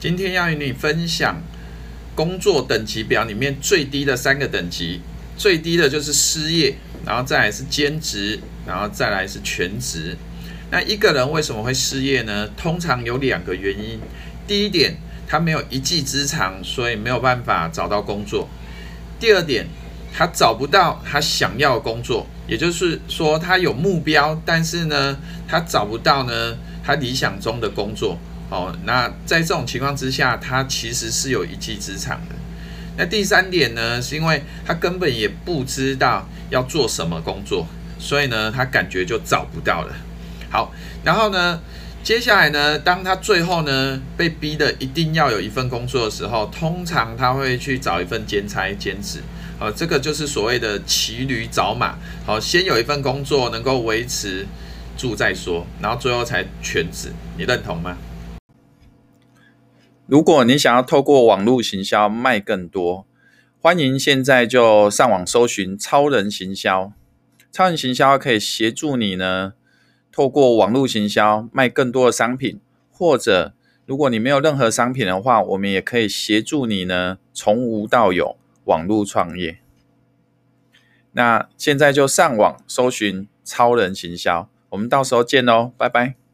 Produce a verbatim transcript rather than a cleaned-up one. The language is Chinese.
今天要与你分享工作等级表里面最低的三个等级，最低的就是失业，然后再来是兼职，然后再来是全职。那一个人为什么会失业呢？通常有两个原因。第一点，他没有一技之长，所以没有办法找到工作。第二点，他找不到他想要的工作，也就是说他有目标，但是呢，他找不到呢他理想中的工作。哦，那在这种情况之下，他其实是有一技之长的。那第三点呢，是因为他根本也不知道要做什么工作，所以呢，他感觉就找不到了。好，然后呢，接下来呢，当他最后呢被逼的一定要有一份工作的时候，通常他会去找一份兼差兼职。好，这个就是所谓的骑驴找马。好，先有一份工作能够维持住再说，然后最后才全职。你认同吗？如果你想要透过网络行销卖更多，欢迎现在就上网搜寻超人行销。超人行销可以协助你呢，透过网络行销卖更多的商品，或者如果你没有任何商品的话，我们也可以协助你呢，从无到有网络创业。那现在就上网搜寻超人行销，我们到时候见咯，拜拜。